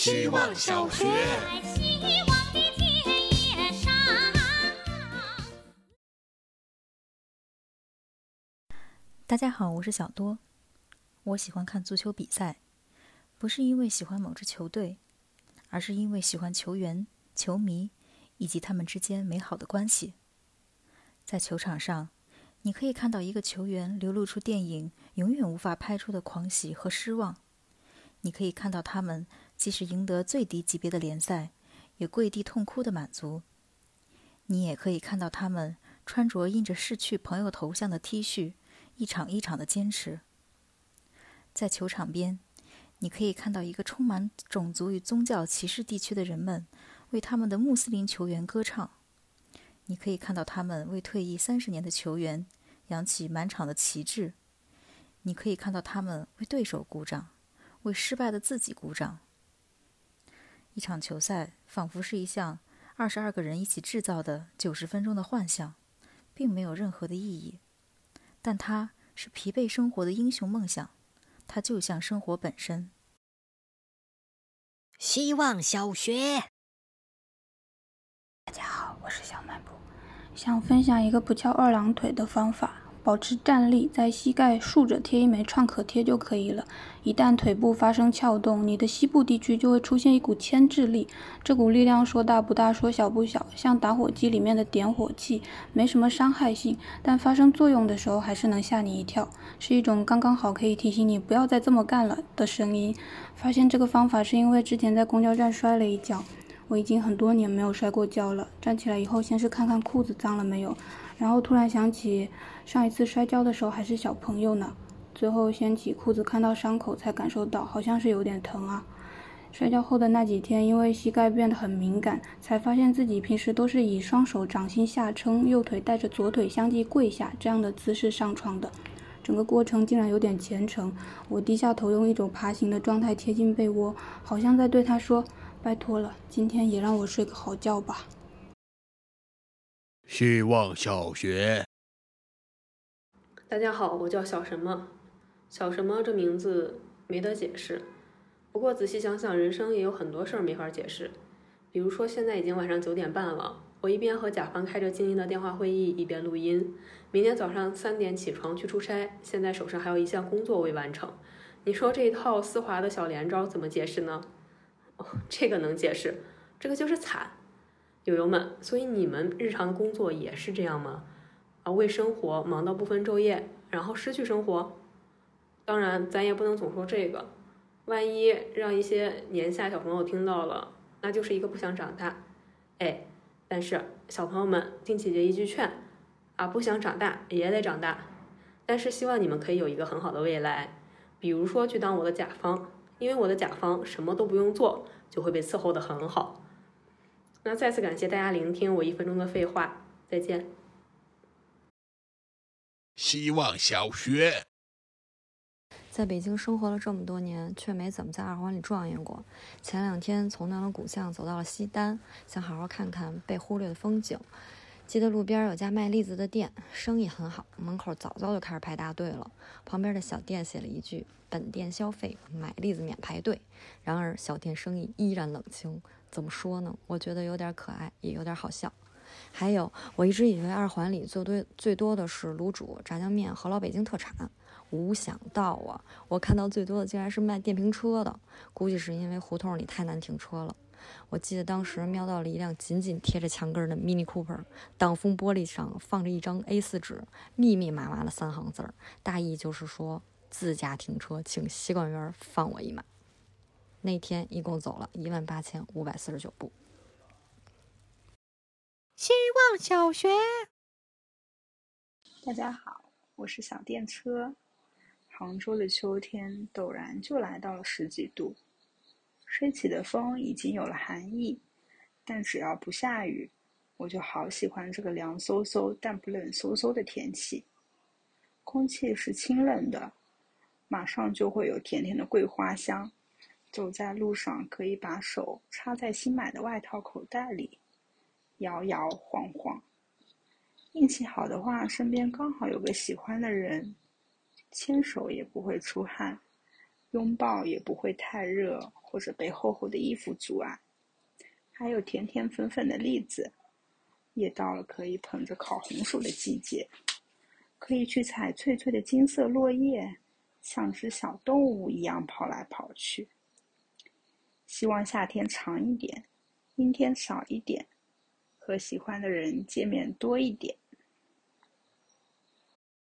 希望小学。 大家好，我是小多。我喜欢看足球比赛，不是因为喜欢某支球队，而是因为喜欢球员、球迷以及他们之间美好的关系。在球场上，你可以看到一个球员流露出电影永远无法拍出的狂喜和失望。你可以看到他们即使赢得最低级别的联赛，也跪地痛哭的满足。你也可以看到他们穿着印着逝去朋友头像的 T 恤，一场一场的坚持。在球场边，你可以看到一个充满种族与宗教歧视地区的人们为他们的穆斯林球员歌唱。你可以看到他们为退役30年的球员扬起满场的旗帜。你可以看到他们为对手鼓掌，为失败的自己鼓掌。一场球赛仿佛是一项22个人一起制造的90分钟的幻象，并没有任何的意义。但它是疲惫生活的英雄梦想，它就像生活本身。 希望小学。 大家好，我是小卖部，想分享一个不翘二郎腿的方法。保持站立，在膝盖竖着贴一枚创可贴就可以了。一旦腿部发生翘动，你的膝部地区就会出现一股牵制力，这股力量说大不大，说小不小，像打火机里面的点火器，没什么伤害性，但发生作用的时候还是能吓你一跳，是一种刚刚好可以提醒你不要再这么干了的声音。发现这个方法是因为之前在公交站摔了一跤，我已经很多年没有摔过跤了。站起来以后，先是看看裤子脏了没有，然后突然想起上一次摔跤的时候还是小朋友呢，最后掀起裤子看到伤口才感受到好像是有点疼啊。摔跤后的那几天，因为膝盖变得很敏感，才发现自己平时都是以双手掌心下撑，右腿带着左腿相继跪下这样的姿势上床的。整个过程竟然有点虔诚，我低下头用一种爬行的状态贴近被窝，好像在对他说，拜托了，今天也让我睡个好觉吧。 希望小学。 大家好，我叫小什么。小什么这名字没得解释，不过仔细想想，人生也有很多事儿没法解释。比如说现在已经晚上9点半了，我一边和甲方开着静音的电话会议，一边录音。明天早上3点起床去出差，现在手上还有一项工作未完成。你说这一套丝滑的小连招怎么解释呢？这个能解释，这个就是惨。友友们，所以你们日常的工作也是这样吗？为生活忙到不分昼夜，然后失去生活？当然咱也不能总说这个，万一让一些年下小朋友听到了，那就是一个不想长大。但是小朋友们听姐姐一句劝不想长大也得长大。但是希望你们可以有一个很好的未来，比如说去当我的甲方，因为我的甲方什么都不用做就会被伺候得很好。那再次感谢大家聆听我1分钟的废话，再见。 希望小学。 在北京生活了这么多年，却没怎么在2环里转悠过。前2天从南锣鼓巷走到了西单，想好好看看被忽略的风景。记得路边有家卖栗子的店，生意很好，门口早就开始排大队了。旁边的小店写了一句：本店消费买栗子免排队。然而小店生意依然冷清，怎么说呢？我觉得有点可爱，也有点好笑。还有，我一直以为2环里最多的是卤煮、炸酱面和老北京特产，无想到我看到最多的竟然是卖电瓶车的，估计是因为胡同里太难停车了。我记得当时瞄到了一辆紧紧贴着墙根的 Mini Cooper， 挡风玻璃上放着一张 A4 纸，密密麻麻的3行字，大意就是说自家停车请习惯员放我一马。那天一共走了18549步。 希望小学。 大家好，我是小电车。杭州的秋天陡然就来到了10几度，吹起的风已经有了寒意，但只要不下雨，我就好喜欢这个凉飕飕但不冷飕飕的天气。空气是清冷的，马上就会有甜甜的桂花香，走在路上可以把手插在新买的外套口袋里，摇摇晃晃。运气好的话，身边刚好有个喜欢的人，牵手也不会出汗， 拥抱也不会太热或者被厚厚的衣服阻碍。还有甜甜粉粉的栗子，也到了可以捧着烤红薯的季节，可以去采脆脆的金色落叶，像只小动物一样跑来跑去。希望夏天长一点，阴天少一点，和喜欢的人见面多一点。